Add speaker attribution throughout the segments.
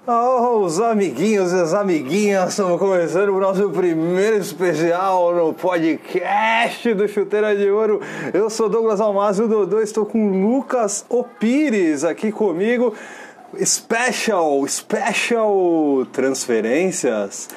Speaker 1: Oh, os amiguinhos e as amiguinhas, estamos começando o nosso primeiro especial no podcast do Chuteira de Ouro. Eu sou Douglas Almazo, o Dodô, estou com Lucas Opires aqui comigo. Special transferências,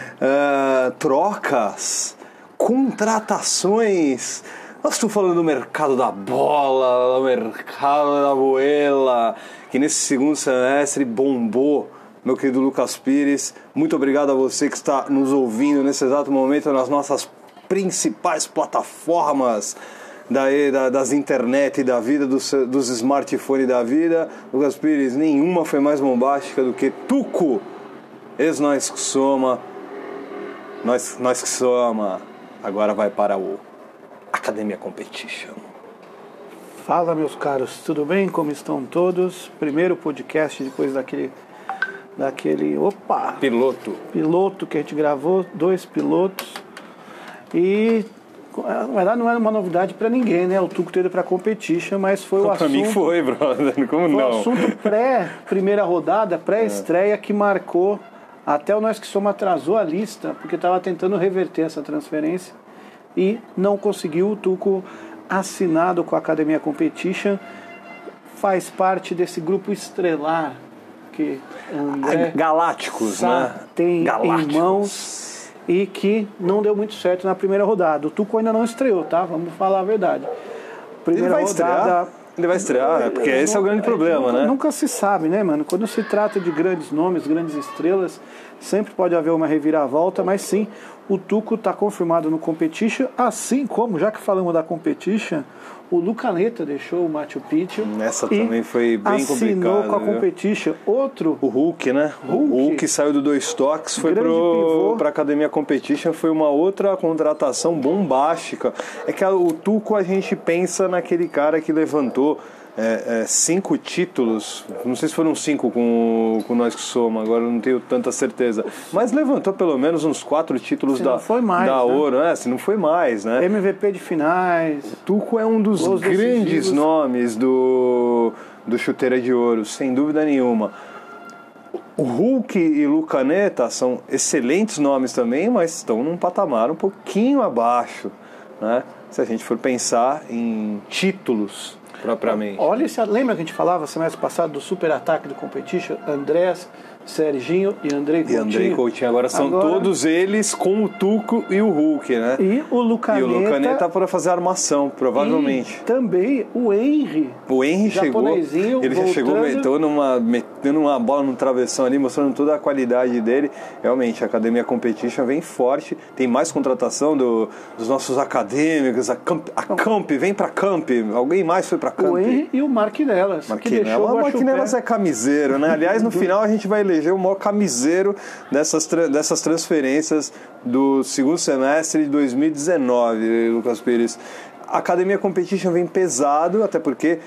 Speaker 1: trocas, contratações. Nós estamos falando do mercado da bola, do mercado da boela, que nesse segundo semestre bombou, meu querido Lucas Pires. Muito obrigado a você que está nos ouvindo nesse exato momento nas nossas principais plataformas das internet da vida, dos smartphones da vida. Lucas Pires, nenhuma foi mais bombástica do que Tuco, ex-nós que soma, nós que soma, agora vai para o Academia Competition.
Speaker 2: Fala, meus caros, tudo bem? Como estão todos? Primeiro podcast depois daquele piloto que a gente gravou, 2 pilotos. E na verdade não era uma novidade para ninguém, né? O Tuco teve para Competition, mas foi o assunto. Para mim foi, brother. Como não? Foi o assunto pré-primeira rodada, pré-estreia, que marcou. Até o Nós Que Somos atrasou a lista, porque estava tentando reverter essa transferência e não conseguiu. O Tuco, assinado com a Academia Competition, faz parte desse grupo estrelar que André
Speaker 1: Galácticos, né?
Speaker 2: Tem em mãos e que não deu muito certo na primeira rodada. O Tuco ainda não estreou, tá? Vamos falar a verdade.
Speaker 1: Ele vai estrear, porque esse é o grande problema, né?
Speaker 2: Nunca se sabe, né, mano? Quando se trata de grandes nomes, grandes estrelas, sempre pode haver uma reviravolta, mas sim, o Tuco está confirmado no Competition, assim como, já que falamos da Competition, o Lucaneta deixou o Machu Picchu.
Speaker 1: Essa também foi bem complicada.
Speaker 2: Assinou com a Competition. O
Speaker 1: Hulk, né? O Hulk saiu do 2 toques, foi para a Academia Competition, foi uma outra contratação bombástica. É que o Tuco, a gente pensa naquele cara que levantou 5 títulos, não sei se foram 5 com Nós Que Somos, agora não tenho tanta certeza, mas levantou pelo menos uns 4 títulos da Ouro, né? Se não foi mais, né?
Speaker 2: MVP de finais.
Speaker 1: O Tuco é um dos grandes nomes do Chuteira de Ouro, sem dúvida nenhuma. O Hulk e Lucaneta são excelentes nomes também, mas estão num patamar um pouquinho abaixo, né? Se a gente for pensar em títulos propriamente.
Speaker 2: Olha, lembra que a gente falava semestre passado do super ataque do Competition? Andrés, Serginho e Andrei Coutinho.
Speaker 1: Agora são todos eles com o Tuco e o Hulk, né?
Speaker 2: E o Lucaneta
Speaker 1: para fazer armação, provavelmente.
Speaker 2: E também o Henry.
Speaker 1: O Henry chegou, ele já chegou metendo uma bola no travessão ali, mostrando toda a qualidade dele. Realmente, a Academia Competition vem forte, tem mais contratação dos nossos acadêmicos, a Camp, vem pra Camp. Alguém mais foi pra Camp?
Speaker 2: O Henry e o Marquinelas.
Speaker 1: O Marquinelas é camiseiro, né? Aliás, no final a gente vai eleger o maior camiseiro dessas transferências do segundo semestre de 2019, Lucas Pires. A Academia Competition vem pesado, até porque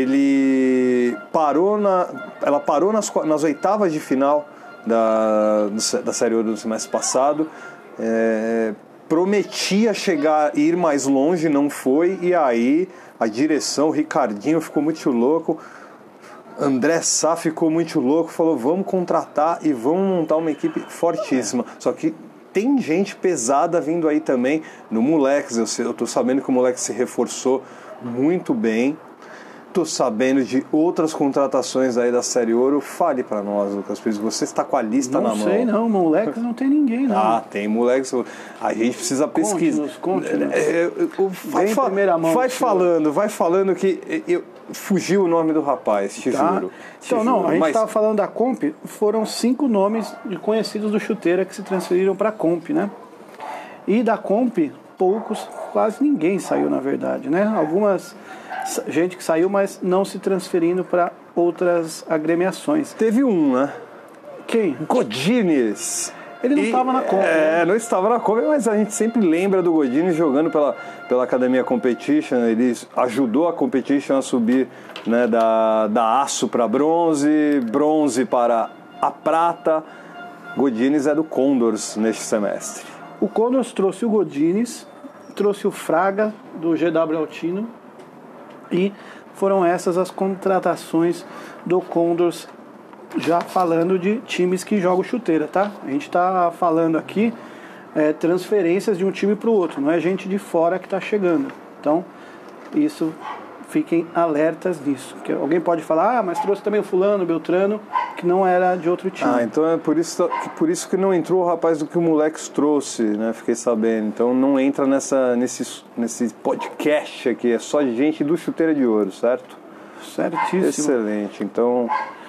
Speaker 1: ela parou nas oitavas de final da Série Ouro do semestre passado. Prometia ir mais longe, não foi, e aí a direção, o Ricardinho ficou muito louco. André Sá ficou muito louco, falou, vamos contratar e vamos montar uma equipe fortíssima. Só que tem gente pesada vindo aí também no Moleques. Eu tô sabendo que o Moleques se reforçou muito bem. Tô sabendo de outras contratações aí da Série Ouro. Fale pra nós, Lucas Pires, você está com a lista na mão.
Speaker 2: Não sei não, Moleques não tem ninguém não.
Speaker 1: Ah, tem Moleques. A gente precisa pesquisar.
Speaker 2: Conte-nos.
Speaker 1: Vai falando que fugiu o nome do rapaz, te juro.
Speaker 2: Então, a gente estava falando da Comp, foram 5 nomes de conhecidos do Chuteira que se transferiram para a Comp, né? E da Comp, poucos, quase ninguém saiu, na verdade, né? Algumas gente que saiu, mas não se transferindo para outras agremiações.
Speaker 1: Teve um, né?
Speaker 2: Quem?
Speaker 1: Godinez.
Speaker 2: Ele não estava na Comp.
Speaker 1: Não estava na Comp, mas a gente sempre lembra do Godinez jogando pela Academia Competition. Ele ajudou a Competition a subir, né, da aço para bronze para a prata. Godinez é do Condors neste semestre.
Speaker 2: O Condors trouxe o Godinez, trouxe o Fraga do GW Altino, e foram essas as contratações do Condors já falando de times que jogam chuteira, tá? A gente está falando aqui transferências de um time para o outro, não é gente de fora que está chegando. Então, isso, fiquem alertas nisso. Porque alguém pode falar, mas trouxe também o fulano, o Beltrano, que não era de outro time.
Speaker 1: Então é por isso que não entrou o rapaz do que o Moleques trouxe, né? Fiquei sabendo. Então não entra nesse podcast aqui, é só de gente do Chuteira de Ouro, certo?
Speaker 2: Certíssimo.
Speaker 1: Excelente, então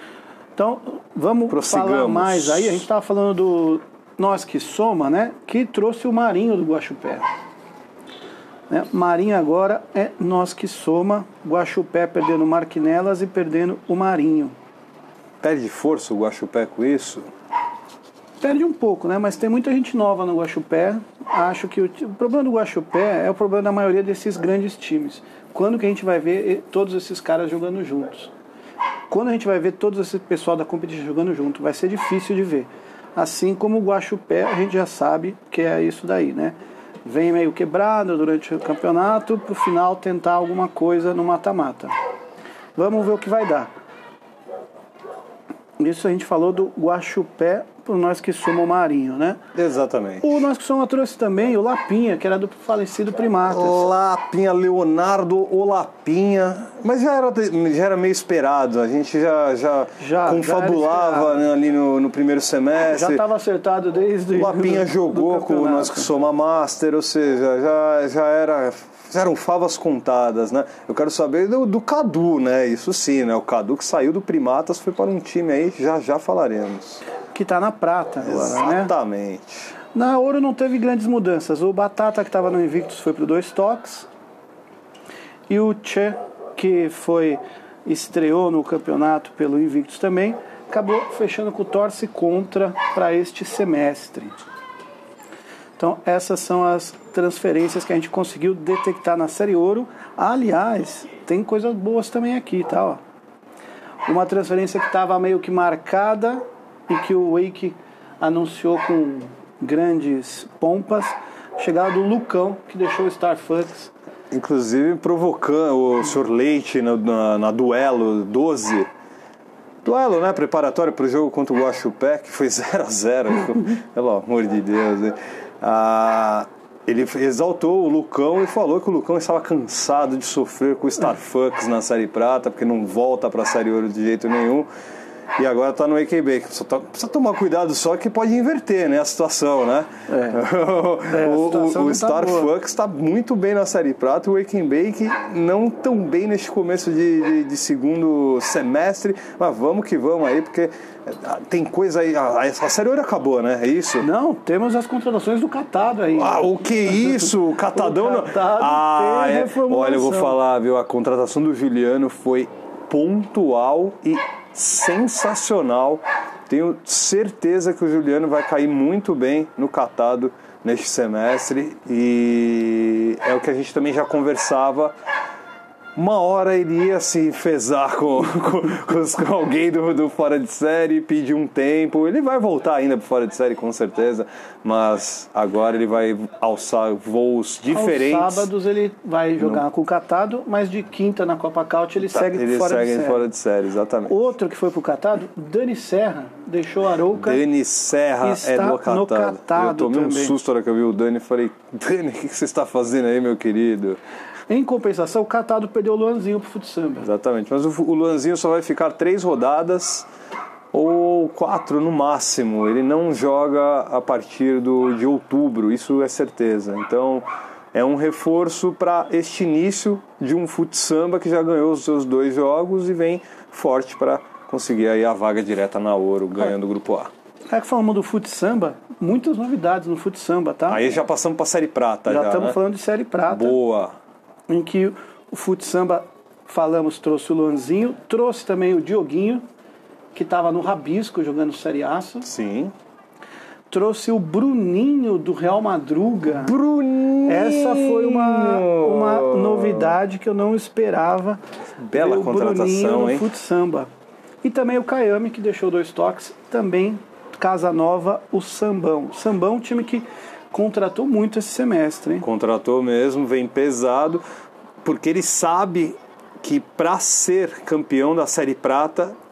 Speaker 2: vamos falar mais aí. A gente estava falando do Nós Que Soma, né? Que trouxe o Marinho do Guaxupé. Marinho agora é Nós Que Soma. Guaxupé perdendo o Marquinelas e perdendo o Marinho.
Speaker 1: Perde força o Guaxupé com isso?
Speaker 2: Perde um pouco, né? Mas tem muita gente nova no Guaxupé. Acho que o problema do Guaxupé é o problema da maioria desses grandes times. Quando que a gente vai ver todos esses caras jogando juntos? Quando a gente vai ver todo esse pessoal da competição jogando junto? Vai ser difícil de ver. Assim como o Guaxupé, a gente já sabe que é isso daí, né? Vem meio quebrado durante o campeonato, pro final tentar alguma coisa no mata-mata. Vamos ver o que vai dar. Isso a gente falou do Guaxupé, por Nós Que Soma o Marinho, né?
Speaker 1: Exatamente.
Speaker 2: O Nós Que Soma trouxe também o Lapinha, que era do falecido Primatas.
Speaker 1: Lapinha, Leonardo, o Lapinha. Mas já era meio esperado. A gente já confabulava, né, ali no primeiro semestre.
Speaker 2: Já estava acertado desde...
Speaker 1: O Lapinha jogou com o Nós Que Soma Master, ou seja, já eram favas contadas, né? Eu quero saber do Cadu, né? Isso sim, né? O Cadu que saiu do Primatas foi para um time aí, já falaremos.
Speaker 2: Que está na prata agora,
Speaker 1: exatamente.
Speaker 2: Né? Na Ouro não teve grandes mudanças. O Batata, que estava no Invictus, foi para o 2 toques. E o Tchê, que estreou no campeonato pelo Invictus também, acabou fechando com o Torce Contra para este semestre. Então essas são as transferências que a gente conseguiu detectar na Série Ouro. Aliás, tem coisas boas também aqui, tá? Ó. Uma transferência que estava meio que marcada e que o Wake anunciou com grandes pompas, chegada do Lucão, que deixou o Starfucks.
Speaker 1: Inclusive provocando o Sr. Leite na duelo 12. Duelo, né? Preparatório para o jogo contra o Guaxupé, que foi 0-0. Pelo amor de Deus, né? Ele exaltou o Lucão e falou que o Lucão estava cansado de sofrer com o Starfucks na Série Prata, porque não volta para a Série Ouro de jeito nenhum. E agora está no AKB. Precisa tomar cuidado só que pode inverter, né, a situação, né? O Starfucks está muito bem na Série Prata, o Wake Bake não tão bem neste começo de segundo semestre, mas vamos que vamos aí, porque tem coisa aí. A Série Ouro acabou, né? É isso?
Speaker 2: Não, temos as contratações do Catado aí.
Speaker 1: O que isso? O Catadão
Speaker 2: o Catado
Speaker 1: Olha, eu vou falar, viu? A contratação do Juliano foi pontual e sensacional. Tenho certeza que o Juliano vai cair muito bem no Catado neste semestre e é o que a gente também já conversava. Uma hora ele ia se enfesar com alguém do fora de série, pedir um tempo. Ele vai voltar ainda pro fora de série, com certeza, mas agora ele vai alçar voos diferentes.
Speaker 2: Aos sábados ele vai jogar com o Catado, mas de quinta na Copa Caute ele segue
Speaker 1: fora de série, exatamente.
Speaker 2: Outro que foi pro Catado, Dani Serra, deixou a Arouca.
Speaker 1: Dani Serra é do Catado. Eu tomei
Speaker 2: também.
Speaker 1: Um susto na hora que eu vi o Dani e falei: Dani, o que você está fazendo aí, meu querido?
Speaker 2: Em compensação, o Catado perdeu o Luanzinho pro futsamba.
Speaker 1: Exatamente, mas o Luanzinho só vai ficar 3 rodadas ou 4 no máximo. Ele não joga a partir de outubro, isso é certeza. Então é um reforço para este início de um futsamba que já ganhou os seus 2 jogos e vem forte para conseguir aí a vaga direta na Ouro, ganhando o Grupo A.
Speaker 2: É que falamos do futsamba, muitas novidades no futsamba, tá?
Speaker 1: Aí já passamos para a Série Prata. Já
Speaker 2: estamos
Speaker 1: né?
Speaker 2: falando de Série Prata.
Speaker 1: Boa.
Speaker 2: Em que o futsamba, trouxe o Luanzinho, trouxe também o Dioguinho, que estava no Rabisco jogando Série Aço.
Speaker 1: Sim.
Speaker 2: Trouxe o Bruninho do Real Madruga.
Speaker 1: Bruninho!
Speaker 2: Essa foi uma novidade que eu não esperava.
Speaker 1: Bela contratação,
Speaker 2: Bruninho no
Speaker 1: hein?
Speaker 2: futsamba. E também o Kayame, que deixou 2 toques. Também Casa Nova, o Sambão. Sambão, time que contratou muito esse semestre, hein?
Speaker 1: Contratou mesmo, vem pesado, porque ele sabe que para ser campeão da Série Prata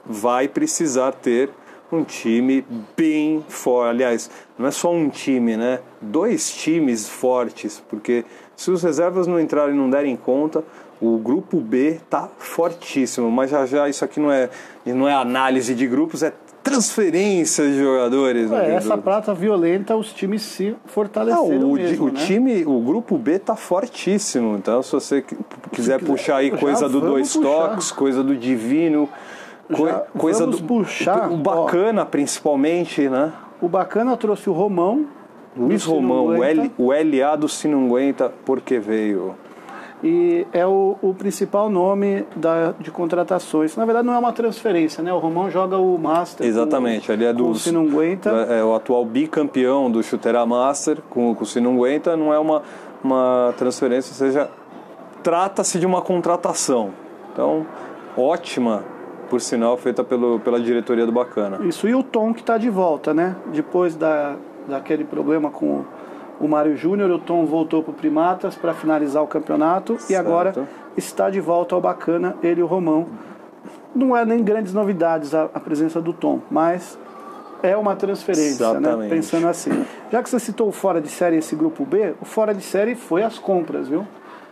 Speaker 1: vai precisar ter um time bem forte. Aliás, não é só um time, né? 2 times fortes, porque se os reservas não entrarem e não derem conta, o grupo B tá fortíssimo. Mas já isso aqui não é análise de grupos, é transferência de jogadores.
Speaker 2: Essa prata violenta, os times se fortaleceram
Speaker 1: o grupo B tá fortíssimo. Então, se você quiser puxar aí coisa do Dois Toques, coisa do Divino, coisa do puxar, o Bacana, principalmente, né?
Speaker 2: O Bacana trouxe o Romão.
Speaker 1: Luiz Romão, o LA do Se Não Aguenta, porque veio.
Speaker 2: E é o principal nome de contratações. Na verdade, não é uma transferência, né? O Romão joga o Master.
Speaker 1: Exatamente, ele é do
Speaker 2: Se Não Aguenta.
Speaker 1: É o atual bicampeão do Chuteira Master com o Se Não Aguenta. Não é uma transferência, ou seja, trata-se de uma contratação. Então, ótima, por sinal, feita pela diretoria do Bacana.
Speaker 2: Isso, e o Tom que está de volta, né? Depois daquele problema com o Mário Júnior, o Tom voltou para o Primatas para finalizar o campeonato. Certo. E agora está de volta ao Bacana, ele e o Romão. Não é nem grandes novidades a presença do Tom, mas é uma transferência, né? Pensando assim. Já que você citou o Fora de Série, esse grupo B, o Fora de Série foi às compras, viu?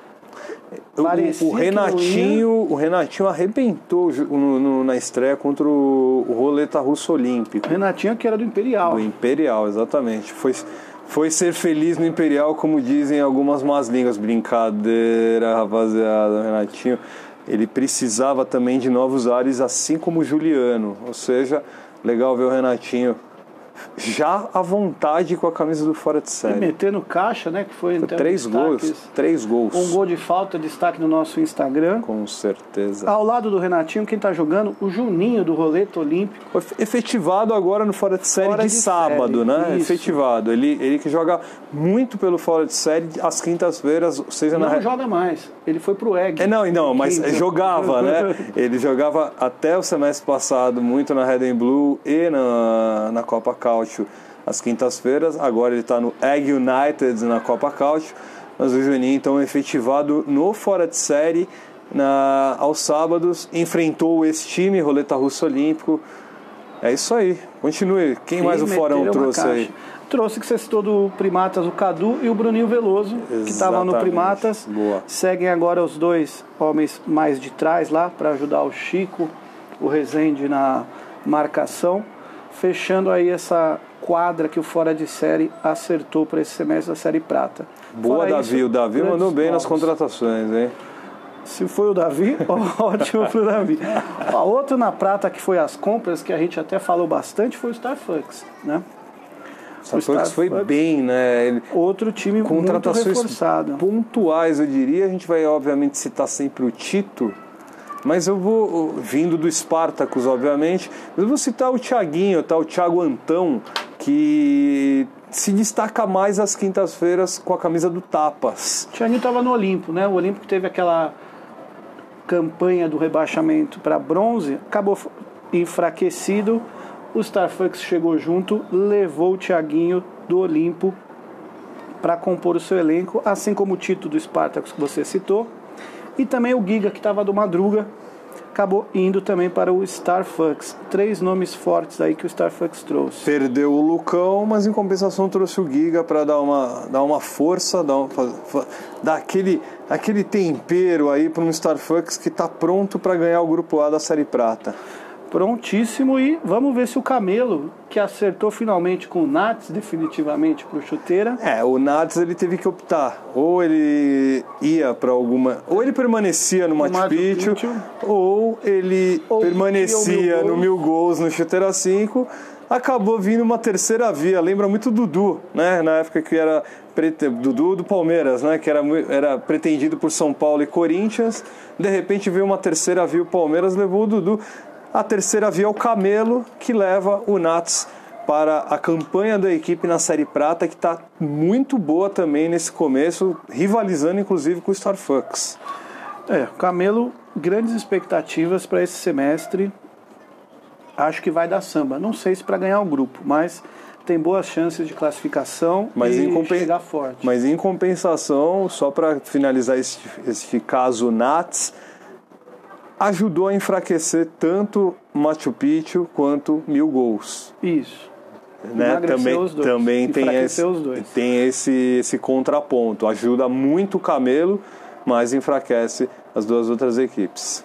Speaker 1: O Renatinho arrebentou na estreia contra o Roleta Russo Olímpico.
Speaker 2: O Renatinho que era do Imperial.
Speaker 1: Do Imperial, exatamente. Foi ser feliz no Imperial, como dizem algumas más línguas. Brincadeira, rapaziada. O Renatinho, ele precisava também de novos ares, assim como o Juliano. Ou seja, legal ver o Renatinho já à vontade com a camisa do Fora de Série.
Speaker 2: E metendo caixa, né? Que foi
Speaker 1: 3 gols.
Speaker 2: Um gol de falta, destaque no nosso Instagram.
Speaker 1: Com certeza.
Speaker 2: Ao lado do Renatinho, quem tá jogando? O Juninho, do Roleta Olímpico.
Speaker 1: Foi efetivado agora no Fora de Série de sábado, né? Isso. Efetivado. Ele que joga muito pelo Fora de Série às quintas-feiras.
Speaker 2: Não joga mais. Ele foi pro EG.
Speaker 1: Mas jogava, né? Ele jogava até o semestre passado muito na Red and Blue e na Copa Cautio às quintas-feiras. Agora ele está no Egg United na Copa Cautio. Mas o Juninho, então, efetivado no Fora de Série aos sábados, enfrentou esse time, Roleta Russo Olímpico. É isso aí. Continue. Quem mais o Forão trouxe aí?
Speaker 2: Trouxe, que você citou do Primatas, o Cadu e o Bruninho Veloso, que estavam no Primatas.
Speaker 1: Boa.
Speaker 2: Seguem agora os 2 homens mais de trás lá, para ajudar o Chico, o Rezende na marcação. Fechando aí essa quadra que o Fora de Série acertou para esse semestre da Série Prata.
Speaker 1: Boa, Davi. O Davi mandou bem nas contratações, hein?
Speaker 2: Se foi o Davi, ótimo pro Davi. Outro na prata que foi às compras, que a gente até falou bastante, foi o Starfucks, né?
Speaker 1: O Starfucks foi bem, né?
Speaker 2: Outro time muito reforçado.
Speaker 1: Pontuais, eu diria. A gente vai, obviamente, citar sempre o Tito, mas eu vou, vindo do Spartacus, obviamente, mas eu vou citar o Thiaguinho, o Thiago Antão, que se destaca mais às quintas-feiras com a camisa do Tapas.
Speaker 2: O Thiaguinho estava no Olimpo, né? O Olimpo teve aquela campanha do rebaixamento para bronze, acabou enfraquecido. O Starfucks chegou junto, levou o Thiaguinho do Olimpo para compor o seu elenco, assim como o Tito do Spartacus que você citou, e também o Giga, que estava do Madruga, acabou indo também para o Starfucks. 3 nomes fortes aí que o Starfucks trouxe.
Speaker 1: Perdeu o Lucão, mas em compensação trouxe o Giga para dar uma força, dar aquele tempero aí para um Starfucks que está pronto para ganhar o Grupo A da Série Prata.
Speaker 2: Prontíssimo, e vamos ver se o Camelo, que acertou finalmente com o Nats definitivamente para o Chuteira.
Speaker 1: O Nats ele teve que optar, ou ele ia para alguma, ou ele permanecia no Machu Picchu, ou ele permanecia no 1000 gols no Chuteira 5. Acabou vindo uma terceira via, lembra muito Dudu, né? Na época que era Dudu do Palmeiras, né? Que era pretendido por São Paulo e Corinthians. De repente veio uma terceira via, o Palmeiras levou o Dudu. A terceira via é o Camelo, que leva o Nats para a campanha da equipe na Série Prata, que está muito boa também nesse começo, rivalizando inclusive com o Starfucks.
Speaker 2: O Camelo, grandes expectativas para esse semestre. Acho que vai dar samba. Não sei se para ganhar o grupo, mas tem boas chances de classificação e chegar forte.
Speaker 1: Mas em compensação, só para finalizar esse caso Nats, ajudou a enfraquecer tanto Machu Picchu quanto Mil Gols.
Speaker 2: Isso.
Speaker 1: Né? Também tem esse contraponto. Ajuda muito o Camelo, mas enfraquece as duas outras equipes.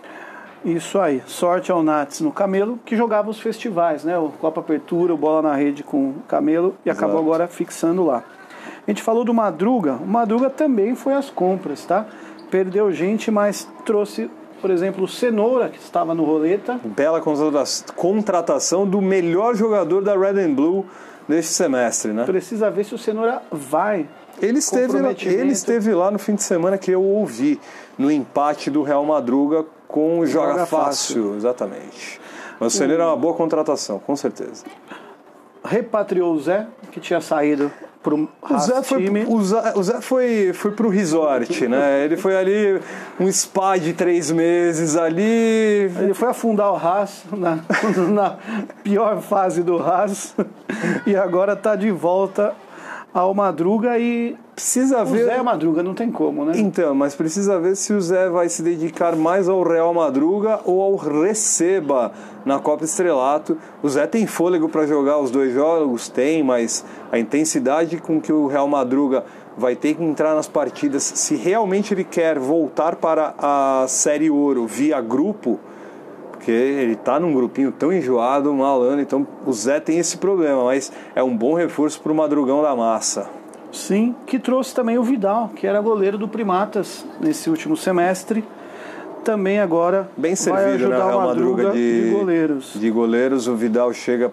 Speaker 2: Isso aí. Sorte ao Nats no Camelo, que jogava os festivais, né? O Copa Apertura, o Bola na Rede com o Camelo, e
Speaker 1: Exato.
Speaker 2: acabou agora fixando lá. A gente falou do Madruga. O Madruga também foi às compras, tá? Perdeu gente, mas trouxe, por exemplo, o Cenoura, que estava no Roleta.
Speaker 1: Bela contratação do melhor jogador da Red and Blue neste semestre, né?
Speaker 2: Precisa ver se o Cenoura vai.
Speaker 1: Ele esteve lá no fim de semana que eu ouvi, no empate do Real Madruga com o Joga Fácil. Exatamente. Mas o Cenoura é uma boa contratação, com certeza.
Speaker 2: Repatriou o Zé, que tinha saído para o time.
Speaker 1: O Zé foi para o resort, né? Ele foi ali, um spa de 3 meses ali.
Speaker 2: Ele foi afundar o Haas na pior fase do Haas e agora está de volta ao Madruga e
Speaker 1: precisa ver.
Speaker 2: O Zé é Madruga, não tem como, né?
Speaker 1: Então, mas precisa ver se o Zé vai se dedicar mais ao Real Madruga ou ao Receba na Copa Estrelato. O Zé tem fôlego para jogar os 2 jogos, tem, mas a intensidade com que o Real Madruga vai ter que entrar nas partidas, se realmente ele quer voltar para a Série Ouro via grupo, porque ele está num grupinho tão enjoado, malandro, então o Zé tem esse problema, mas é um bom reforço para o Madrugão da Massa.
Speaker 2: Sim, que trouxe também o Vidal, que era goleiro do Primatas nesse último semestre. Também agora
Speaker 1: bem servido, né, o Real Madruga de goleiros. De goleiros, o Vidal chega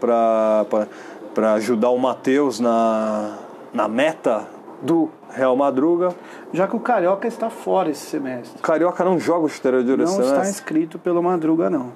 Speaker 1: para ajudar o Matheus na meta do Real Madruga.
Speaker 2: Já que o Carioca está fora esse semestre.
Speaker 1: O Carioca não joga o Chuteira de Ouro esse semestre?
Speaker 2: Não está inscrito pelo Madruga, não.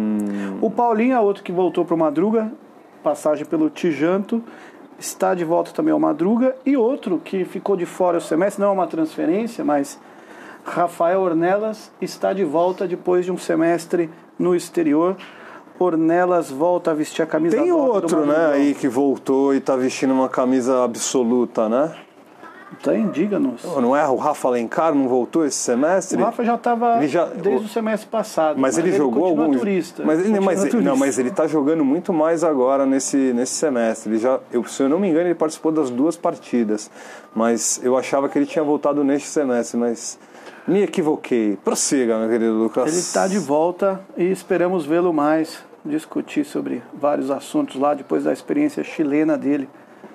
Speaker 2: O Paulinho é outro que voltou para o Madruga, passagem pelo Tijanto, está de volta também ao Madruga. E outro que ficou de fora o semestre, não é uma transferência, mas Rafael Ornelas está de volta depois de um semestre no exterior. Ornelas volta a vestir a camisa.
Speaker 1: Tem outro, né, aí que voltou e está vestindo uma camisa absoluta, né?
Speaker 2: Tem, diga-nos.
Speaker 1: Não é o Rafa Alencar, não voltou esse semestre?
Speaker 2: O Rafa já estava desde o semestre passado.
Speaker 1: Mas ele jogou algum
Speaker 2: turista.
Speaker 1: Mas ele está jogando muito mais agora nesse semestre. Se eu não me engano, ele participou das 2 partidas. Mas eu achava que ele tinha voltado neste semestre, mas me equivoquei. Prossiga, meu querido Lucas.
Speaker 2: Ele está de volta e esperamos vê-lo mais, discutir sobre vários assuntos lá, depois da experiência chilena dele.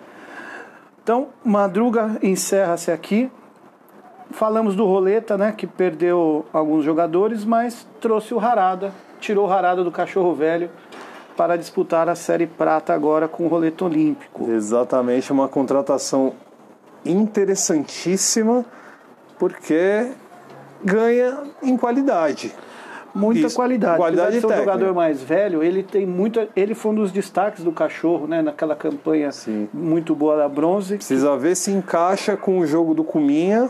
Speaker 2: Então, Madruga encerra-se aqui. Falamos do Roleta, né, que perdeu alguns jogadores, mas trouxe o Harada, tirou o Harada do Cachorro Velho para disputar a Série Prata agora com o Roleta Olímpico.
Speaker 1: Exatamente, uma contratação interessantíssima, porque ganha em qualidade.
Speaker 2: Muita qualidade.
Speaker 1: Qualidade
Speaker 2: de ser um
Speaker 1: técnica.
Speaker 2: Jogador mais velho, ele foi um dos destaques do Cachorro, né, naquela campanha muito boa da Bronze.
Speaker 1: Precisa ver se encaixa com o jogo do Cuminha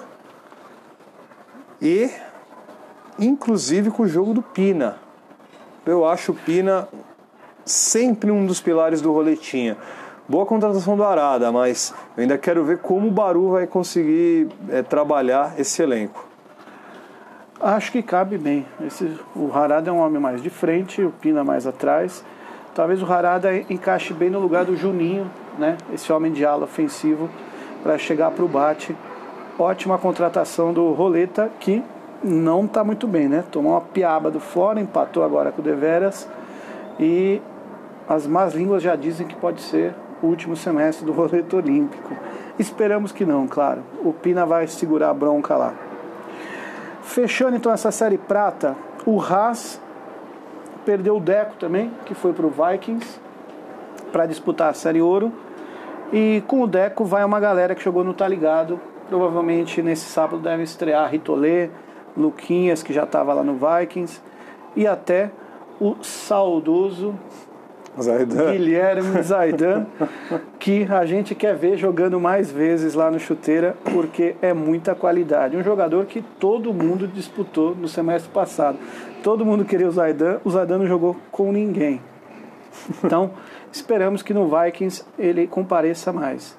Speaker 1: e inclusive com o jogo do Pina. Eu acho o Pina sempre um dos pilares do Roletinha. Boa contratação do Arada, mas eu ainda quero ver como o Baru vai conseguir trabalhar esse elenco.
Speaker 2: Acho que cabe bem. O Harada é um homem mais de frente, o Pina mais atrás. Talvez o Harada encaixe bem no lugar do Juninho, né? Esse homem de ala ofensivo para chegar para o bate. Ótima contratação do Roleta, que não está muito bem, né? Tomou uma piaba do fora, empatou agora com o Deveras. E as más línguas já dizem que pode ser o último semestre do Roleta Olímpico. Esperamos que não, claro. O Pina vai segurar a bronca lá. Fechando então essa Série Prata, o Haas perdeu o Deco também, que foi para o Vikings para disputar a Série Ouro. E com o Deco vai uma galera que jogou no Tá Ligado. Provavelmente nesse sábado deve estrear Ritolê, Luquinhas, que já estava lá no Vikings, e até o saudoso Guilherme Zaidan, que a gente quer ver jogando mais vezes lá no Chuteira, porque é muita qualidade. Um jogador que todo mundo disputou no semestre passado. Todo mundo queria o Zaidan não jogou com ninguém. Então, esperamos que no Vikings ele compareça mais.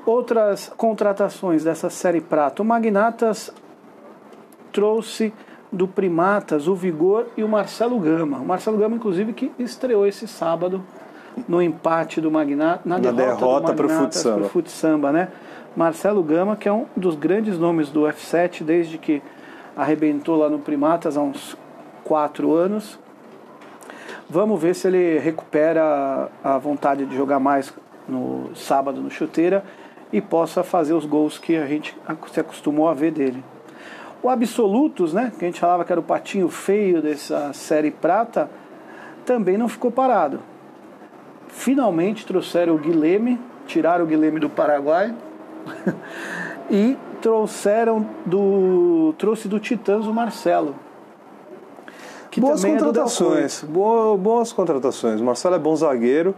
Speaker 2: Outras contratações dessa Série Prata. O Magnatas trouxe do Primatas, o Vigor e o Marcelo Gama. O Marcelo Gama, inclusive, que estreou esse sábado no empate do Magnata, na derrota para o Futsamba, né? Marcelo Gama, que é um dos grandes nomes do F7 desde que arrebentou lá no Primatas há uns 4 anos. Vamos ver se ele recupera a vontade de jogar mais no sábado no Chuteira e possa fazer os gols que a gente se acostumou a ver dele. O Absolutos, né, que a gente falava que era o patinho feio dessa série prata, também não ficou parado. Finalmente trouxeram o Guilherme, tiraram o Guilherme do Paraguai e trouxe do Titãs o Marcelo. Que
Speaker 1: boas contratações, boas contratações. O Marcelo é bom zagueiro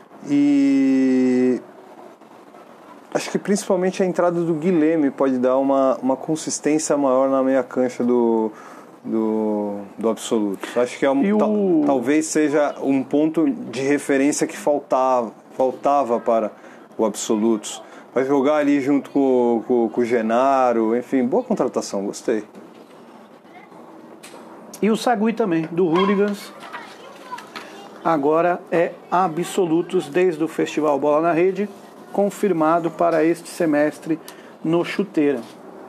Speaker 1: e acho que principalmente a entrada do Guilherme pode dar uma consistência maior na meia cancha do Absoluto. Acho que talvez seja um ponto de referência que faltava para o Absolutos. Vai jogar ali junto com o Genaro, enfim, boa contratação, gostei.
Speaker 2: E o Sagui também, do Hooligans, agora é Absolutos desde o Festival Bola na Rede, confirmado para este semestre no Chuteira.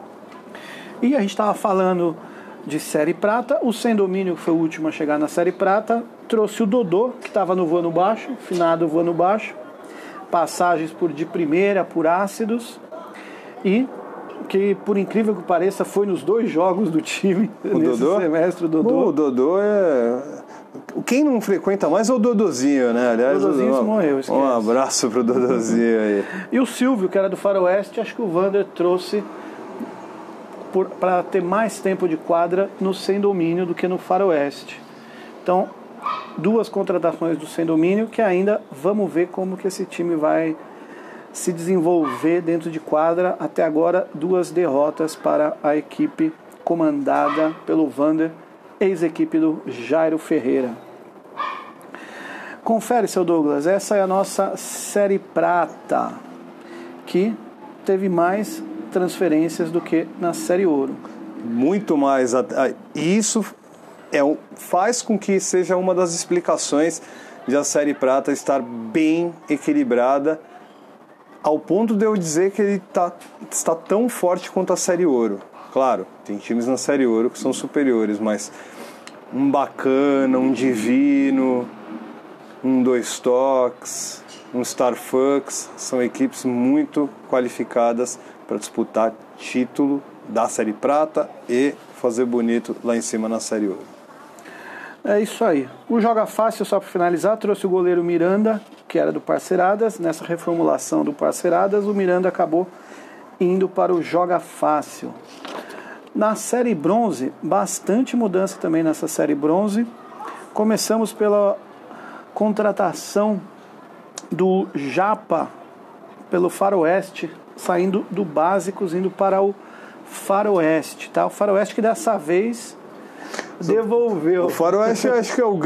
Speaker 2: E a gente estava falando de Série Prata, o Sem Domínio, que foi o último a chegar na Série Prata, trouxe o Dodô, que estava no Voando Baixo, finado Voando Baixo, passagens de primeira por Ácidos, e que, por incrível que pareça, foi nos 2 jogos do time nesse semestre. O
Speaker 1: Dodô é... Quem não frequenta mais é o Dodôzinho, né? Aliás,
Speaker 2: o Dodôzinho morreu, esquece.
Speaker 1: Um abraço pro Dodôzinho aí.
Speaker 2: E o Silvio, que era do Faroeste, acho que o Vander trouxe para ter mais tempo de quadra no Sem Domínio do que no Faroeste. Então, 2 contratações do Sem Domínio que ainda vamos ver como que esse time vai se desenvolver dentro de quadra. Até agora, 2 derrotas para a equipe comandada pelo Vander, ex-equipe do Jairo Ferreira. Confere, seu Douglas, essa é a nossa Série Prata, que teve mais transferências do que na Série Ouro.
Speaker 1: Muito mais. E isso faz com que seja uma das explicações de a Série Prata estar bem equilibrada, ao ponto de eu dizer que ele está tão forte quanto a Série Ouro. Claro, tem times na Série Ouro que são superiores, mas um Bacana, um Divino, um Dois Toques, um Starfucks, são equipes muito qualificadas para disputar título da Série Prata e fazer bonito lá em cima na Série Ouro.
Speaker 2: É isso aí. O Joga Fácil, só para finalizar, trouxe o goleiro Miranda, que era do Parceiradas. Nessa reformulação do Parceiradas, o Miranda acabou indo para o Joga Fácil. Na Série Bronze, bastante mudança também nessa Série Bronze. Começamos pela contratação do Japa pelo Faroeste, saindo do Básicos, indo para o Faroeste, tá? O Faroeste que dessa vez devolveu.
Speaker 1: O Faroeste eu acho que é o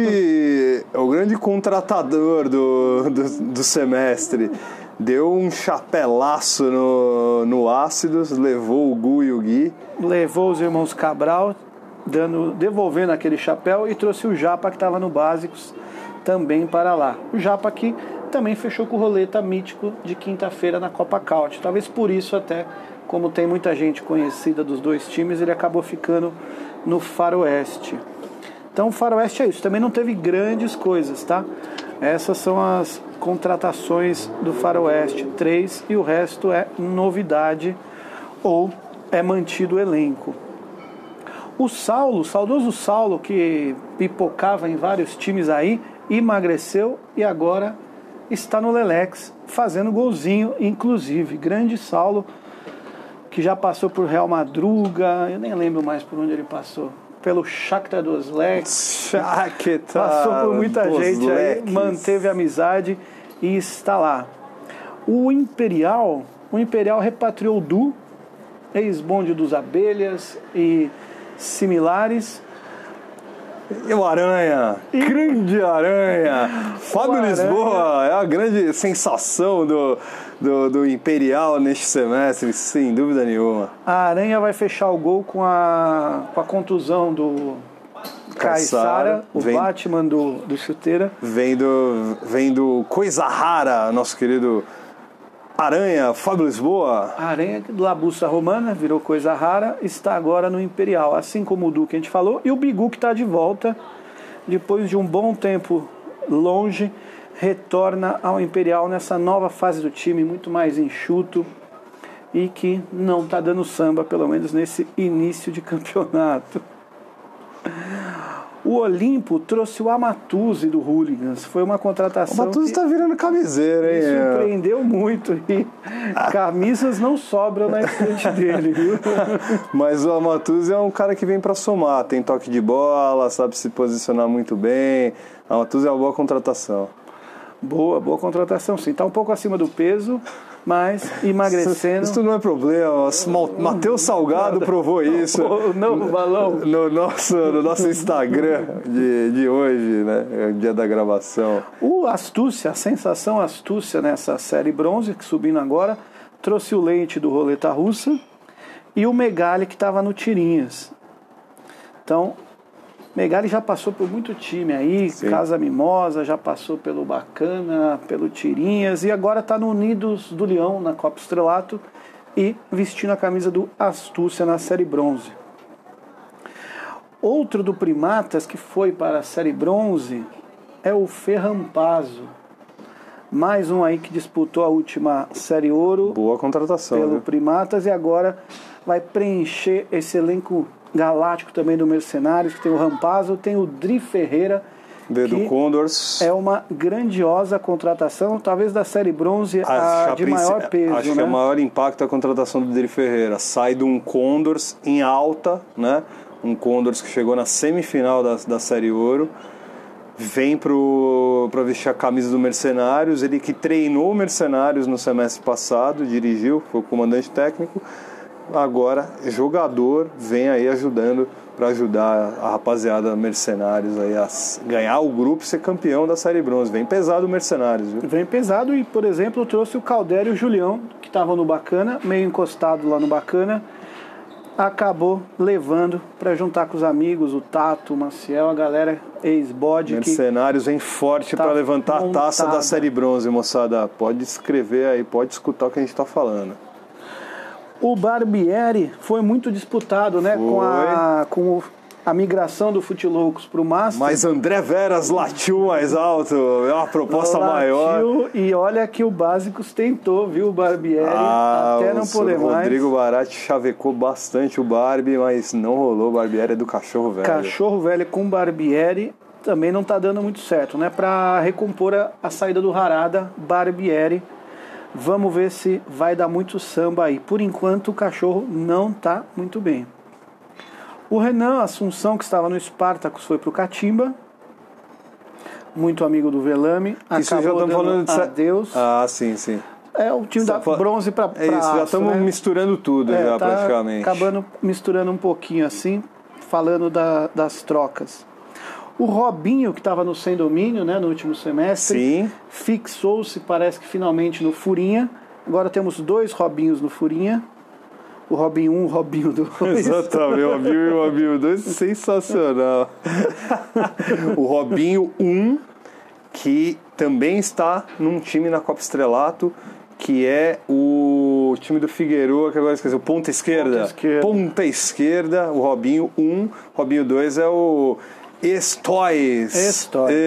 Speaker 1: grande contratador do semestre. Deu um chapelaço no Ácidos, levou o Gu e o Gui.
Speaker 2: Levou os irmãos Cabral, devolvendo aquele chapéu, e trouxe o Japa, que estava no Básicos, também para lá. O Japa que também fechou com o roleta mítico de quinta-feira na Copa Caute. Talvez por isso até, como tem muita gente conhecida dos 2 times, ele acabou ficando no Faroeste. Então o Faroeste é isso. Também não teve grandes coisas, tá? Essas são as contratações do Faroeste, 3, e o resto é novidade ou é mantido o elenco. O saudoso Saulo, que pipocava em vários times aí, emagreceu e agora está no Lelex, fazendo golzinho, inclusive. Grande Saulo, que já passou por Real Madruga, eu nem lembro mais por onde ele passou. Pelo Shakhtar Donetsk, passou por muita gente aí, manteve a amizade e está lá. O Imperial repatriou o Du, ex-bonde dos Abelhas e similares.
Speaker 1: E o Aranha, grande Aranha, Fábio Lisboa, é a grande sensação do Imperial neste semestre, sem dúvida nenhuma.
Speaker 2: A Aranha vai fechar o gol com a contusão do Caissara, o Batman do Chuteira.
Speaker 1: Vem do Coisa Rara, nosso querido Aranha, Fábio Lisboa.
Speaker 2: A Aranha do Labussa Romana, virou Coisa Rara, está agora no Imperial, assim como o Du que a gente falou, e o Bigu que está de volta, depois de um bom tempo longe, retorna ao Imperial nessa nova fase do time, muito mais enxuto e que não está dando samba, pelo menos nesse início de campeonato. O Olimpo trouxe o Amatuzzi do Hooligans. Foi uma contratação.
Speaker 1: O Amatuzzi está virando camiseira, hein?
Speaker 2: Me surpreendeu muito. E camisas não sobram na estante dele, viu?
Speaker 1: Mas o Amatuzzi é um cara que vem para somar. Tem toque de bola, sabe se posicionar muito bem. O Amatuzzi é uma boa contratação.
Speaker 2: Boa contratação, sim. Está um pouco acima do peso, mas emagrecendo.
Speaker 1: Isso não é problema. Matheus Salgado provou isso.
Speaker 2: Não, balão.
Speaker 1: No nosso Instagram de hoje, né? O dia da gravação.
Speaker 2: O Astúcia, a sensação Astúcia nessa série bronze, que subindo agora, trouxe o Leite do Roleta Russa e o Megali que estava no Tirinhas. Então, Megali já passou por muito time aí, sim. Casa Mimosa, já passou pelo Bacana, pelo Tirinhas, e agora está no Unidos do Leão, na Copa Estrelato, e vestindo a camisa do Astúcia na Série Bronze. Outro do Primatas que foi para a Série Bronze é o Ferrampazzo. Mais um aí que disputou a última Série Ouro.
Speaker 1: Boa contratação.
Speaker 2: Pelo Primatas, e agora vai preencher esse elenco galáctico também do Mercenários, que tem o Rampazzo, tem o Dri Ferreira,
Speaker 1: do Condors.
Speaker 2: É uma grandiosa contratação, talvez da Série Bronze a de maior peso.
Speaker 1: Acho que é o maior impacto é a contratação do Dri Ferreira. Sai de um Condors em alta, né? Um Condors que chegou na semifinal da Série Ouro, vem para vestir a camisa do Mercenários, ele que treinou o Mercenários no semestre passado, dirigiu, foi o comandante técnico. Agora, jogador, vem aí ajudando para ajudar a rapaziada Mercenários aí a ganhar o grupo e ser campeão da Série Bronze. Vem pesado o Mercenários, viu?
Speaker 2: Vem pesado e, por exemplo, trouxe o Caldério e o Julião, que estavam no Bacana, meio encostado lá no Bacana, acabou levando para juntar com os amigos, o Tato, o Maciel, a galera ex-bode.
Speaker 1: Mercenários vem forte para levantar montada. A taça da Série Bronze, moçada. Pode escrever aí, pode escutar o que a gente está falando.
Speaker 2: O Barbieri foi muito disputado, né? Com a migração do Futiloucos para o Master.
Speaker 1: Mas André Veras latiu mais alto, é uma proposta maior.
Speaker 2: E olha que o Básicos tentou, viu, o Barbieri, até não poder mais.
Speaker 1: O Rodrigo Barati chavecou bastante o Barbie, mas não rolou. O Barbieri é do Cachorro Velho.
Speaker 2: Cachorro Velho com Barbieri também não está dando muito certo, né? Para recompor a saída do Harada, Barbieri. Vamos ver se vai dar muito samba aí. Por enquanto o Cachorro não está muito bem. O Renan Assunção, que estava no Spartacus, foi para o Catimba. Muito amigo do Velame.
Speaker 1: Isso já estamos falando de
Speaker 2: adeus.
Speaker 1: Ah, sim, sim.
Speaker 2: É o time da bronze para
Speaker 1: É isso, já estamos misturando tudo já
Speaker 2: tá
Speaker 1: praticamente.
Speaker 2: Acabando misturando um pouquinho assim, falando das trocas. O Robinho, que estava no Sem Domínio, né, no último semestre,
Speaker 1: sim,
Speaker 2: fixou-se, parece que finalmente, no Furinha. Agora temos 2 Robinhos no Furinha. O Robinho 1, o Robinho 2.
Speaker 1: Exatamente, o Robinho e o Robinho 2, sensacional. O Robinho 1, que também está num time na Copa Estrelato, que é o time do Figueroa, que agora esqueci, o Ponta Esquerda. Ponta Esquerda, o Robinho 1. Robinho 2 é o Estois.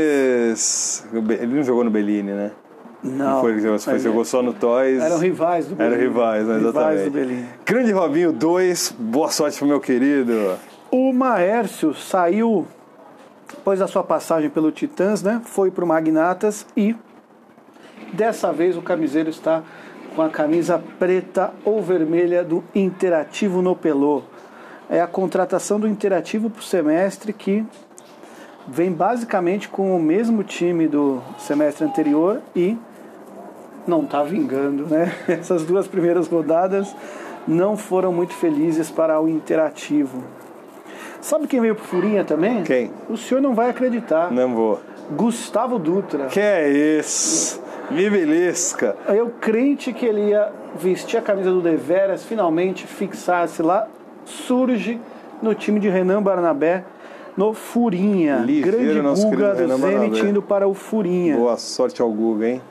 Speaker 1: Ele não jogou no Bellini, né?
Speaker 2: Não.
Speaker 1: Jogou só no Toys.
Speaker 2: Eram rivais do Bellini.
Speaker 1: Eram rivais, né? Exatamente.
Speaker 2: Do Bellini.
Speaker 1: Grande Robinho 2, boa sorte pro meu querido.
Speaker 2: O Maércio saiu, depois da sua passagem pelo Titãs, né? Foi pro Magnatas e dessa vez o camiseiro está com a camisa preta ou vermelha do Interativo no Pelô. É a contratação do Interativo pro semestre que vem basicamente com o mesmo time do semestre anterior e não está vingando, né? Essas 2 primeiras rodadas não foram muito felizes para o Interativo. Sabe quem veio pro Furinha também?
Speaker 1: Quem?
Speaker 2: O senhor não vai acreditar.
Speaker 1: Não vou.
Speaker 2: Gustavo Dutra.
Speaker 1: Que é isso? Me belisca.
Speaker 2: Eu crente que ele ia vestir a camisa do Deveras, finalmente fixar-se lá, surge no time de Renan Barnabé, no Furinha.
Speaker 1: Ligeiro,
Speaker 2: grande Guga do Zenit indo para o Furinha.
Speaker 1: Boa sorte ao Guga, hein?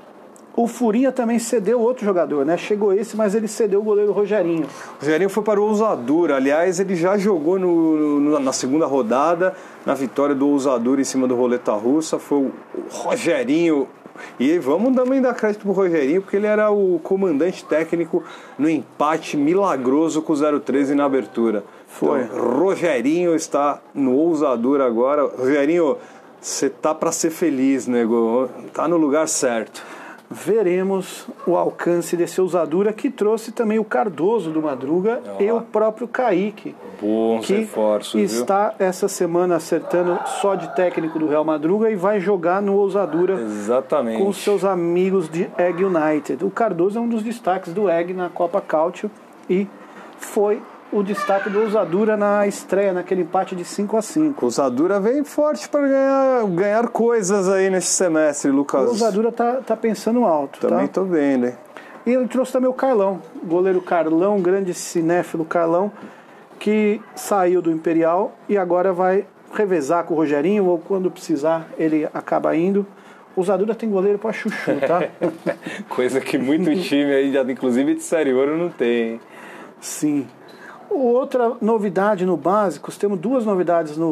Speaker 2: O Furinha também cedeu outro jogador, né? Chegou esse, mas ele cedeu o goleiro Rogerinho.
Speaker 1: O Rogerinho foi para o Ousadura. Aliás, ele já jogou na segunda rodada, na vitória do Ousadura em cima do Roleta Russa. Foi o Rogerinho. E vamos também dar crédito pro Rogerinho, porque ele era o comandante técnico no empate milagroso com o 013 na abertura.
Speaker 2: Foi.
Speaker 1: Então, Rogerinho está no Ousadura agora. Rogerinho, você tá para ser feliz, nego. Tá no lugar certo.
Speaker 2: Veremos o alcance desse Ousadura, que trouxe também o Cardoso do Madruga e o próprio Kaique.
Speaker 1: Bons
Speaker 2: que
Speaker 1: reforços,
Speaker 2: está
Speaker 1: viu?
Speaker 2: essa semana acertando só de técnico do Real Madruga e vai jogar no Ousadura.
Speaker 1: Exatamente.
Speaker 2: Com seus amigos de Egg United. O Cardoso é um dos destaques do Egg na Copa Cautio e foi o destaque do Ousadura na estreia, naquele empate de 5-5.
Speaker 1: O Ousadura vem forte para ganhar coisas aí nesse semestre, Lucas.
Speaker 2: O Ousadura tá pensando alto.
Speaker 1: Também tô vendo, hein?
Speaker 2: E ele trouxe também o Carlão, o goleiro Carlão, grande cinéfilo Carlão, que saiu do Imperial e agora vai revezar com o Rogerinho, ou quando precisar ele acaba indo. O Ousadura tem goleiro para chuchu, tá?
Speaker 1: Coisa que muito time aí, inclusive de Série Ouro, não tem, hein?
Speaker 2: Sim. Outra novidade no Básicos, temos duas novidades no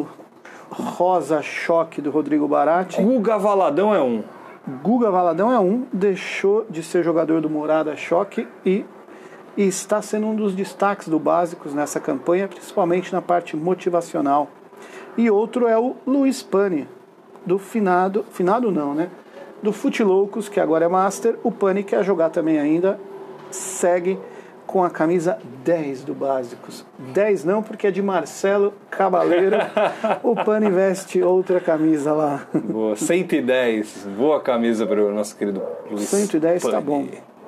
Speaker 2: Rosa Choque do Rodrigo Baratti.
Speaker 1: Guga Valadão é um.
Speaker 2: Guga Valadão é um, deixou de ser jogador do Morada Choque e está sendo um dos destaques do Básicos nessa campanha, principalmente na parte motivacional. E outro é o Luiz Pani, do finado não, né? Do Fute Loucos, que agora é Master. O Pani quer jogar também ainda, segue com a camisa 10 do Básicos. 10 não, porque é de Marcelo Cabaleiro. O Pani veste outra camisa lá.
Speaker 1: Boa, 110. Boa camisa para o nosso querido Luiz
Speaker 2: 110
Speaker 1: Pani.
Speaker 2: Tá bom.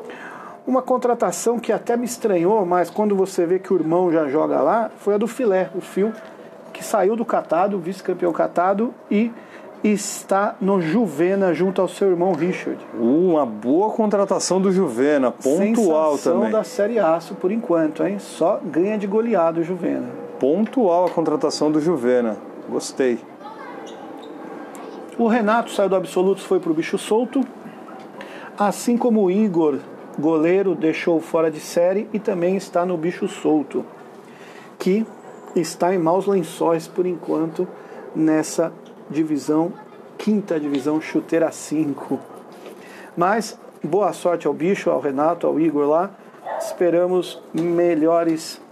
Speaker 2: Uma contratação que até me estranhou, mas quando você vê que o irmão já joga lá, foi a do Filé, o Fio, que saiu do Catado, vice-campeão Catado, e está no Juvena junto ao seu irmão Richard.
Speaker 1: Uma boa contratação do Juvena, pontual também.
Speaker 2: Da Série A, por enquanto, hein? Só ganha de goleado o Juvena.
Speaker 1: Pontual a contratação do Juvena, gostei.
Speaker 2: O Renato saiu do Absolutos, foi pro Bicho Solto, assim como o Igor, goleiro, deixou fora de série e também está no Bicho Solto, que está em maus lençóis por enquanto nessa divisão, quinta divisão, chuteira 5. Mas boa sorte ao Bicho, ao Renato, ao Igor lá. Esperamos melhores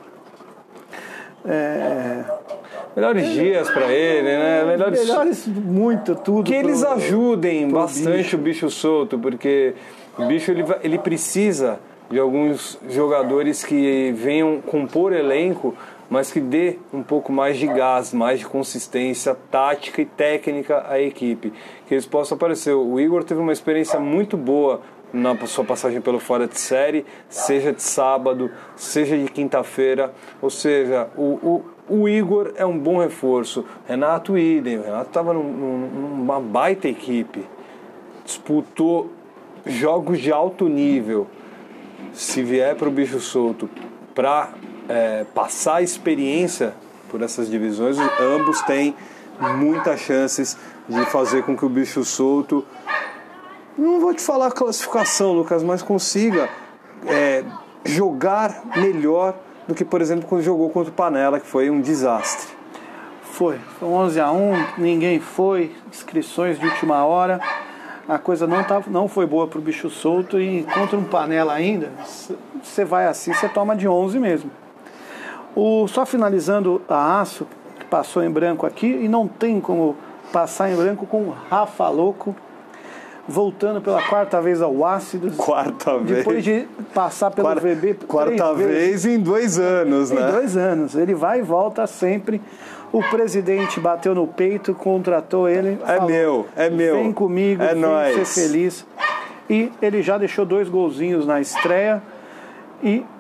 Speaker 1: dias para ele, né?
Speaker 2: Melhores muito, tudo.
Speaker 1: Que eles ajudem bastante o Bicho Solto, porque o Bicho ele precisa de alguns jogadores que venham compor elenco, mas que dê um pouco mais de gás, mais de consistência tática e técnica à equipe, que eles possam aparecer. O Igor teve uma experiência muito boa na sua passagem pelo fora de série, seja de sábado, seja de quinta-feira, ou seja, o Igor é um bom reforço. Renato idem, o Renato estava numa baita equipe, disputou jogos de alto nível. Se vier para o Bicho Solto para passar a experiência por essas divisões, ambos têm muitas chances de fazer com que o Bicho Solto, não vou te falar classificação, Lucas, mas consiga jogar melhor do que, por exemplo, quando jogou contra o Panela, que foi um desastre.
Speaker 2: Foi 11-1, ninguém foi, inscrições de última hora, a coisa não foi boa para o Bicho Solto, e contra um Panela ainda, você vai assim, você toma de 11 mesmo. Só finalizando a Aço, que passou em branco aqui, e não tem como passar em branco com o Rafa Louco, voltando pela quarta vez ao Ácidos. Depois de passar pelo VB.
Speaker 1: Quarta vez em 2 anos, né?
Speaker 2: Em 2 anos. Ele vai e volta sempre. O presidente bateu no peito, contratou ele. Falou,
Speaker 1: é meu.
Speaker 2: Vem comigo, vem
Speaker 1: nóis.
Speaker 2: ser feliz. E ele já deixou 2 golzinhos na estreia. E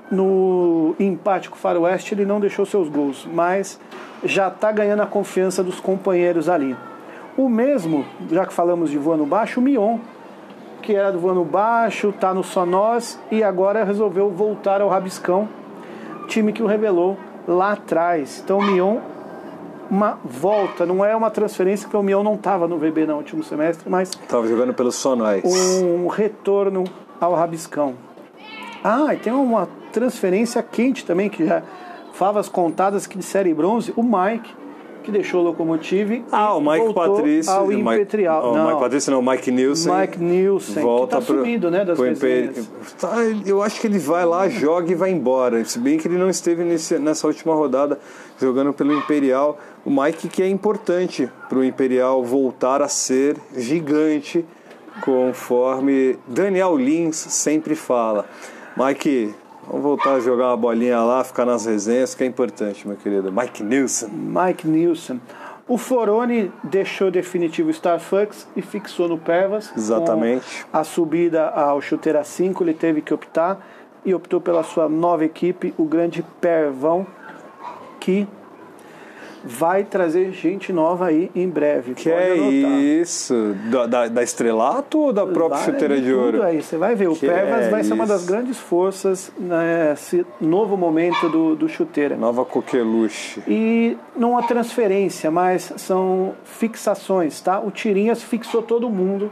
Speaker 2: no empate com o Faroeste ele não deixou seus gols, mas já está ganhando a confiança dos companheiros ali. O mesmo, já que falamos de voando baixo, o Mion, que era do voando baixo, está no Só Nós e agora resolveu voltar ao Rabiscão, time que o revelou lá atrás. Então o Mion, uma volta, não é uma transferência, porque o Mion não estava no VB no último semestre, mas
Speaker 1: estava jogando pelo Só Nós.
Speaker 2: Um retorno ao Rabiscão. E tem uma transferência quente também, que já favas contadas que de série bronze, o Mike, que deixou o Lokomotiv
Speaker 1: o Mike Patrício
Speaker 2: ao Imperial.
Speaker 1: Não, o Mike Patrício não, o Mike Nilsson.
Speaker 2: Mike Nilsson,
Speaker 1: volta
Speaker 2: que tá sumido, né, das resenhas.
Speaker 1: Eu acho que ele vai lá, joga e vai embora. Se bem que ele não esteve nessa última rodada jogando pelo Imperial. O Mike, que é importante para o Imperial voltar a ser gigante, conforme Daniel Lins sempre fala. Mike, vamos voltar a jogar uma bolinha lá, ficar nas resenhas, que é importante, meu querido. Mike Nilsson. O Foroni deixou definitivo o Starfucks e fixou no Pervas. Exatamente.
Speaker 2: Com a subida ao Chuteira 5, ele teve que optar e optou pela sua nova equipe, o grande Pervão, que vai trazer gente nova aí em breve.
Speaker 1: Que é isso? Da Estrelato ou da própria Chuteira de Ouro?
Speaker 2: Tudo aí, você vai ver. O Pervas vai ser uma das grandes forças nesse novo momento do Chuteira.
Speaker 1: Nova coqueluche.
Speaker 2: E não há transferência, mas são fixações, tá? O Tirinhas fixou todo mundo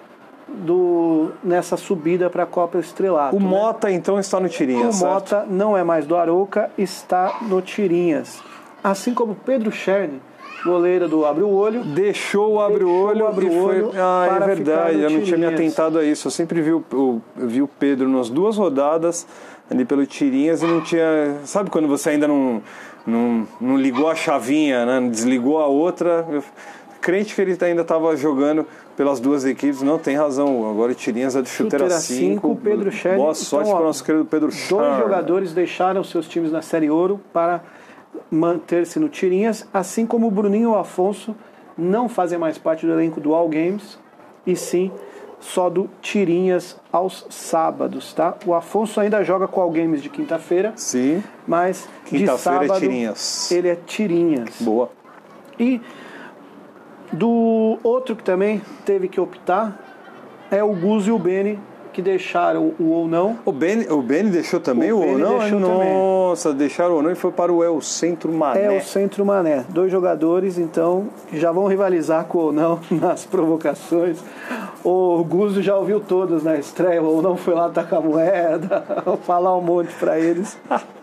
Speaker 2: nessa subida para a Copa Estrelato.
Speaker 1: O Mota, então, está no Tirinhas,
Speaker 2: certo? O Mota não é mais do Arouca, está no Tirinhas. Assim como Pedro Cherny, goleiro do Abre o Olho.
Speaker 1: Deixou o Abre o Olho e foi... é verdade, eu não tinha me atentado a isso. Eu sempre vi o Pedro nas 2 rodadas ali pelo Tirinhas e não tinha... Sabe quando você ainda não ligou a chavinha, né? Desligou a outra? Crente que ele ainda estava jogando pelas 2 equipes, não tem razão. Agora o Tirinhas é do Chuteira 5.
Speaker 2: Pedro Cherny.
Speaker 1: Boa sorte para o nosso querido Pedro Cherny.
Speaker 2: 2 jogadores deixaram seus times na Série Ouro para manter-se no Tirinhas, assim como o Bruninho e o Afonso não fazem mais parte do elenco do All Games, e sim só do Tirinhas aos sábados, tá? O Afonso ainda joga com o All Games de quinta-feira,
Speaker 1: sim,
Speaker 2: mas de sábado é Tirinhas. Ele é Tirinhas.
Speaker 1: Boa.
Speaker 2: E do outro que também teve que optar é o Gus e o Beni, que deixaram o ou não.
Speaker 1: O Beni deixou também o ou não? Nossa, deixaram o ou não e foi para o El Centro Mané.
Speaker 2: É o Centro Mané. 2 jogadores, então, que já vão rivalizar com o ou não nas provocações. O Guzo já ouviu todas na estreia, o ou não foi lá tacar a moeda, falar um monte para eles.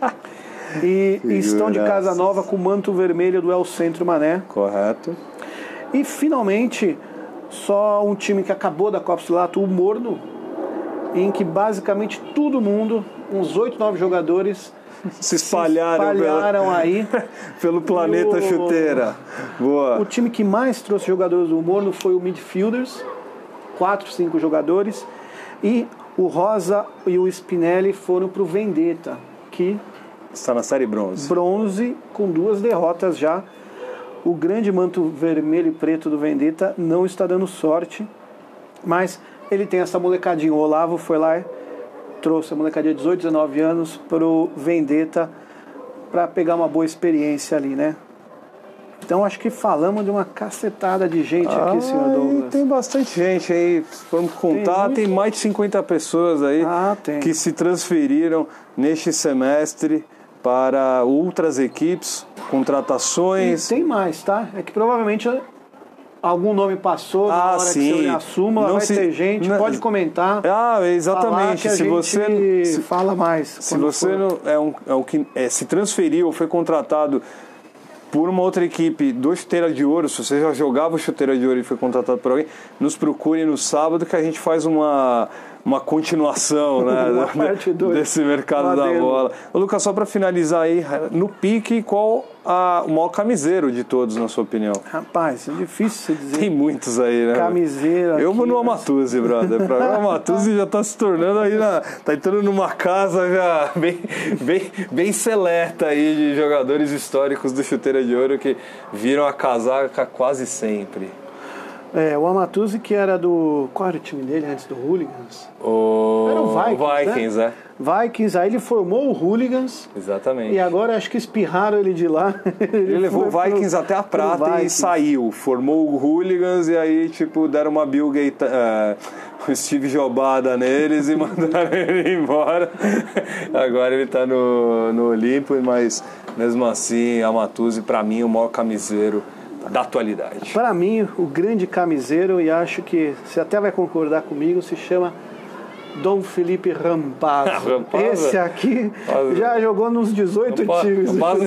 Speaker 2: E estão de casa nova com o manto vermelho do El Centro Mané.
Speaker 1: Correto.
Speaker 2: E, finalmente, só um time que acabou da Copa Estrelato, o Morno, em que basicamente todo mundo, uns 8, 9 jogadores,
Speaker 1: se espalharam
Speaker 2: aí
Speaker 1: pelo planeta Chuteira. Boa.
Speaker 2: O time que mais trouxe jogadores do Morno foi o Midfielders, 4, 5 jogadores, e o Rosa e o Spinelli foram para o Vendetta, que
Speaker 1: está na série bronze.
Speaker 2: Bronze, com 2 derrotas já. O grande manto vermelho e preto do Vendetta não está dando sorte, mas ele tem essa molecadinha. O Olavo foi lá e trouxe a molecadinha de 18, 19 anos pro Vendetta para pegar uma boa experiência ali, né? Então acho que falamos de uma cacetada de gente aqui, senhor Douglas.
Speaker 1: Tem bastante gente aí, vamos contar, tem mais de 50 pessoas aí que se transferiram neste semestre para outras equipes, contratações.
Speaker 2: E tem mais, tá? É que provavelmente algum nome passou, na hora
Speaker 1: sim.
Speaker 2: que você assuma, vai ter gente, pode comentar.
Speaker 1: Exatamente.
Speaker 2: Que
Speaker 1: se você
Speaker 2: fala mais.
Speaker 1: Se você não se transferiu ou foi contratado por uma outra equipe do Chuteira de Ouro, se você já jogava o Chuteira de Ouro e foi contratado por alguém, nos procure no sábado que a gente faz uma continuação, né, desse mercado da bola. Ô, Lucas, só para finalizar aí, no pique, qual o maior camiseiro de todos, na sua opinião?
Speaker 2: Rapaz, é difícil dizer.
Speaker 1: Tem muitos aí, né?
Speaker 2: Camiseiro.
Speaker 1: Eu vou no Amatuzzi, brother. Pra mim, o Amatuzzi já tá se tornando aí, tá entrando numa casa já bem seleta aí de jogadores históricos do Chuteira de Ouro que viram a casaca quase sempre.
Speaker 2: O Amatuzzi, que era do... Qual era o time dele antes do Hooligans?
Speaker 1: Era
Speaker 2: o
Speaker 1: Vikings,
Speaker 2: né? Vikings, aí ele formou o Hooligans.
Speaker 1: Exatamente.
Speaker 2: E agora acho que espirraram ele de lá.
Speaker 1: Ele levou o Vikings até a prata e saiu. Formou o Hooligans e aí, tipo, deram uma Bill Gates... Steve Jobada neles e mandaram ele embora. Agora ele tá no Olimpo, mas mesmo assim, Amatuzzi, pra mim, o maior camiseiro da atualidade.
Speaker 2: Para mim, o grande camiseiro, e acho que você até vai concordar comigo, se chama Dom Felipe Rampazzo. Esse aqui já jogou nos 18 times.
Speaker 1: Rampazzo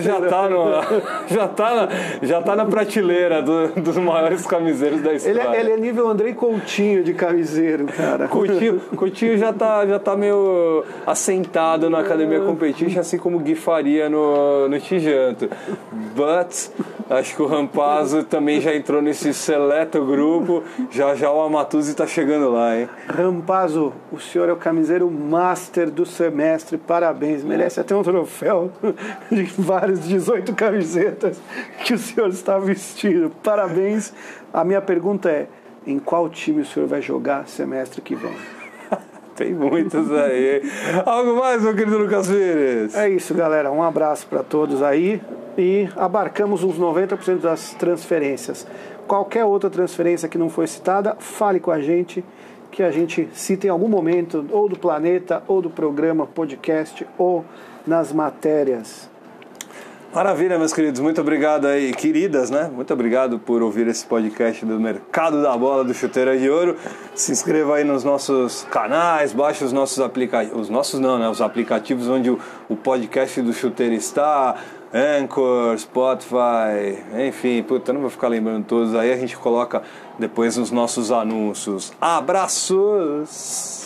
Speaker 1: já tá na prateleira dos maiores camiseiros da história.
Speaker 2: Ele é nível Andrei Coutinho de camiseiro, cara.
Speaker 1: Coutinho já tá meio assentado na Academia Competition, assim como o Gui Faria no Tijanto. But acho que o Rampazzo também já entrou nesse seleto grupo. Já o Amatuzzi tá chegando lá, hein?
Speaker 2: Rampazzo, o senhor é o camiseiro master do semestre, parabéns, merece até um troféu de vários 18 camisetas que o senhor está vestindo, parabéns. A minha pergunta é, em qual time o senhor vai jogar semestre que vem?
Speaker 1: Tem muitos aí. Algo mais, meu querido Lucas Pires?
Speaker 2: É isso, galera, um abraço para todos aí e abarcamos uns 90% das transferências. Qualquer outra transferência que não foi citada, fale com a gente, que a gente cita em algum momento, ou do Planeta, ou do programa, podcast, ou nas matérias.
Speaker 1: Maravilha, meus queridos. Muito obrigado aí, queridas, né? Muito obrigado por ouvir esse podcast do Mercado da Bola do Chuteira de Ouro. Se inscreva aí nos nossos canais, baixe os nossos aplicativos. Os nossos não, né? Os aplicativos onde o podcast do Chuteira está. Anchor, Spotify, enfim, puta, não vou ficar lembrando todos aí, a gente coloca depois nos nossos anúncios. Abraços!